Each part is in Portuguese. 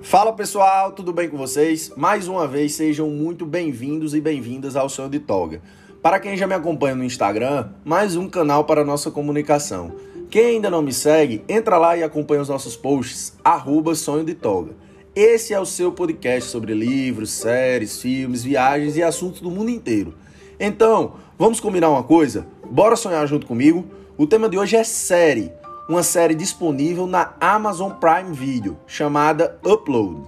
Fala pessoal, tudo bem com vocês? Mais uma vez, sejam muito bem-vindos e bem-vindas ao Sonho de Toga. Para quem já me acompanha no Instagram, mais um canal para a nossa comunicação. Quem ainda não me segue, entra lá e acompanha os nossos posts, @Sonho de Toga. Esse é o seu podcast sobre livros, séries, filmes, viagens e assuntos do mundo inteiro. Então, vamos combinar uma coisa? Bora sonhar junto comigo? O tema de hoje é série. Uma série disponível na Amazon Prime Video, chamada Upload.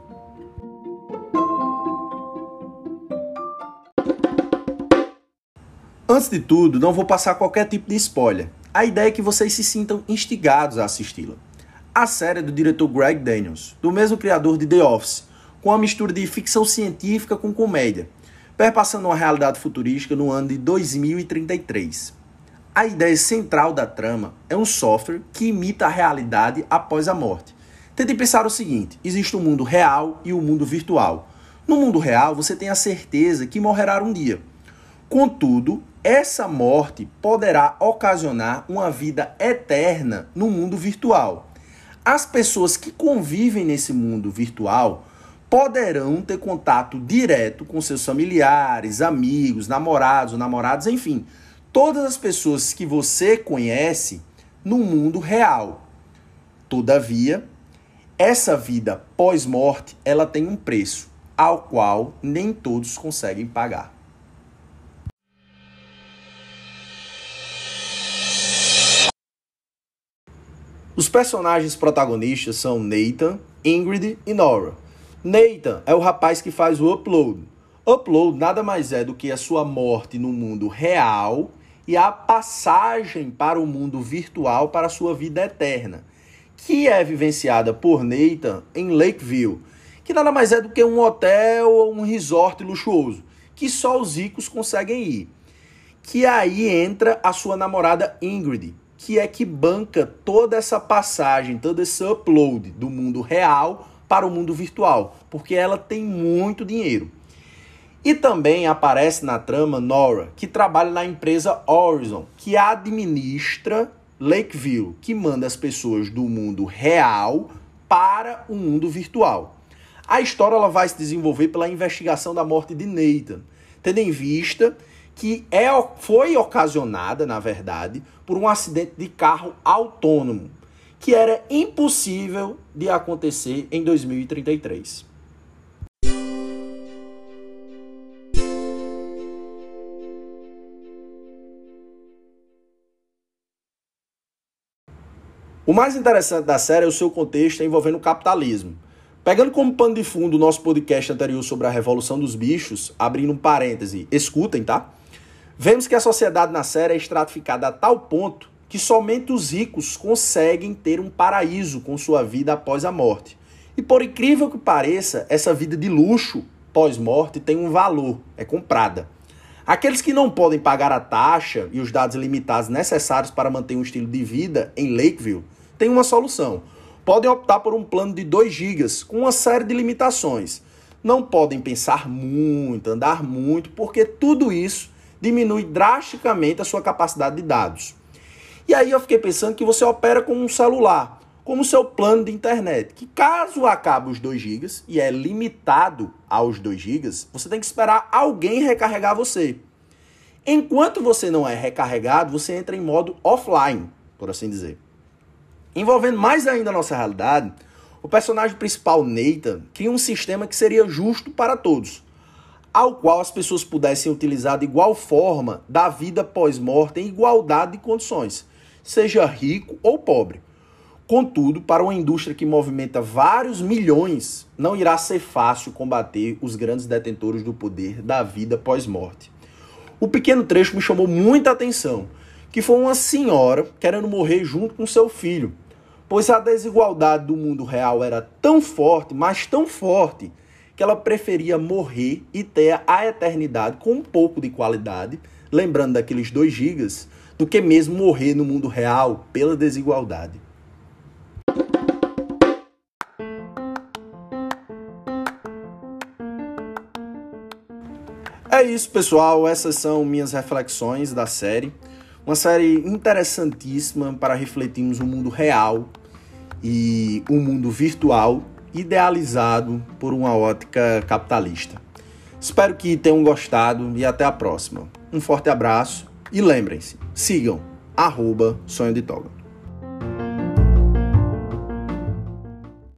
Antes de tudo, não vou passar qualquer tipo de spoiler. A ideia é que vocês se sintam instigados a assisti-la. A série é do diretor Greg Daniels, do mesmo criador de The Office, com uma mistura de ficção científica com comédia, perpassando uma realidade futurística no ano de 2033. A ideia central da trama é um software que imita a realidade após a morte. Tentem pensar o seguinte: existe um mundo real e um mundo virtual. No mundo real, você tem a certeza que morrerá um dia. Contudo, essa morte poderá ocasionar uma vida eterna no mundo virtual. As pessoas que convivem nesse mundo virtual poderão ter contato direto com seus familiares, amigos, namorados, enfim, todas as pessoas que você conhece no mundo real. Todavia, essa vida pós-morte, ela tem um preço, ao qual nem todos conseguem pagar. Os personagens protagonistas são Nathan, Ingrid e Nora. Nathan é o rapaz que faz o Upload. Upload nada mais é do que a sua morte no mundo real e a passagem para o mundo virtual para a sua vida eterna, que é vivenciada por Nathan em Lakeville, que nada mais é do que um hotel ou um resort luxuoso, que só os ricos conseguem ir. Que aí entra a sua namorada Ingrid, que é que banca toda essa passagem, todo esse upload do mundo real para o mundo virtual, porque ela tem muito dinheiro. E também aparece na trama Nora, que trabalha na empresa Horizon, que administra Lakeville, que manda as pessoas do mundo real para o mundo virtual. A história ela vai se desenvolver pela investigação da morte de Nathan, tendo em vista que foi ocasionada, na verdade, por um acidente de carro autônomo, que era impossível de acontecer em 2033. O mais interessante da série é o seu contexto envolvendo o capitalismo. Pegando como pano de fundo o nosso podcast anterior sobre a Revolução dos Bichos, abrindo um parêntese, escutem, tá? Vemos que a sociedade na série é estratificada a tal ponto que somente os ricos conseguem ter um paraíso com sua vida após a morte. E por incrível que pareça, essa vida de luxo pós-morte tem um valor, é comprada. Aqueles que não podem pagar a taxa e os dados limitados necessários para manter um estilo de vida em Lakeville têm uma solução. Podem optar por um plano de 2 GB com uma série de limitações. Não podem pensar muito, andar muito, porque tudo isso diminui drasticamente a sua capacidade de dados. E aí eu fiquei pensando que você opera com um celular, como seu plano de internet, que caso acabe os 2 GB, e é limitado aos 2 GB, você tem que esperar alguém recarregar você. Enquanto você não é recarregado, você entra em modo offline, por assim dizer. Envolvendo mais ainda a nossa realidade, o personagem principal, Nathan, cria um sistema que seria justo para todos, ao qual as pessoas pudessem utilizar de igual forma da vida pós-morte em igualdade de condições, seja rico ou pobre. Contudo, para uma indústria que movimenta vários milhões, não irá ser fácil combater os grandes detentores do poder da vida pós-morte. O pequeno trecho me chamou muita atenção, que foi uma senhora querendo morrer junto com seu filho, pois a desigualdade do mundo real era tão forte, mas tão forte, que ela preferia morrer e ter a eternidade com um pouco de qualidade, lembrando daqueles 2 GB, do que mesmo morrer no mundo real pela desigualdade. É isso, pessoal. Essas são minhas reflexões da série. Uma série interessantíssima para refletirmos o mundo real e o mundo virtual idealizado por uma ótica capitalista. Espero que tenham gostado e até a próxima. Um forte abraço e lembrem-se, sigam @sonho de toga.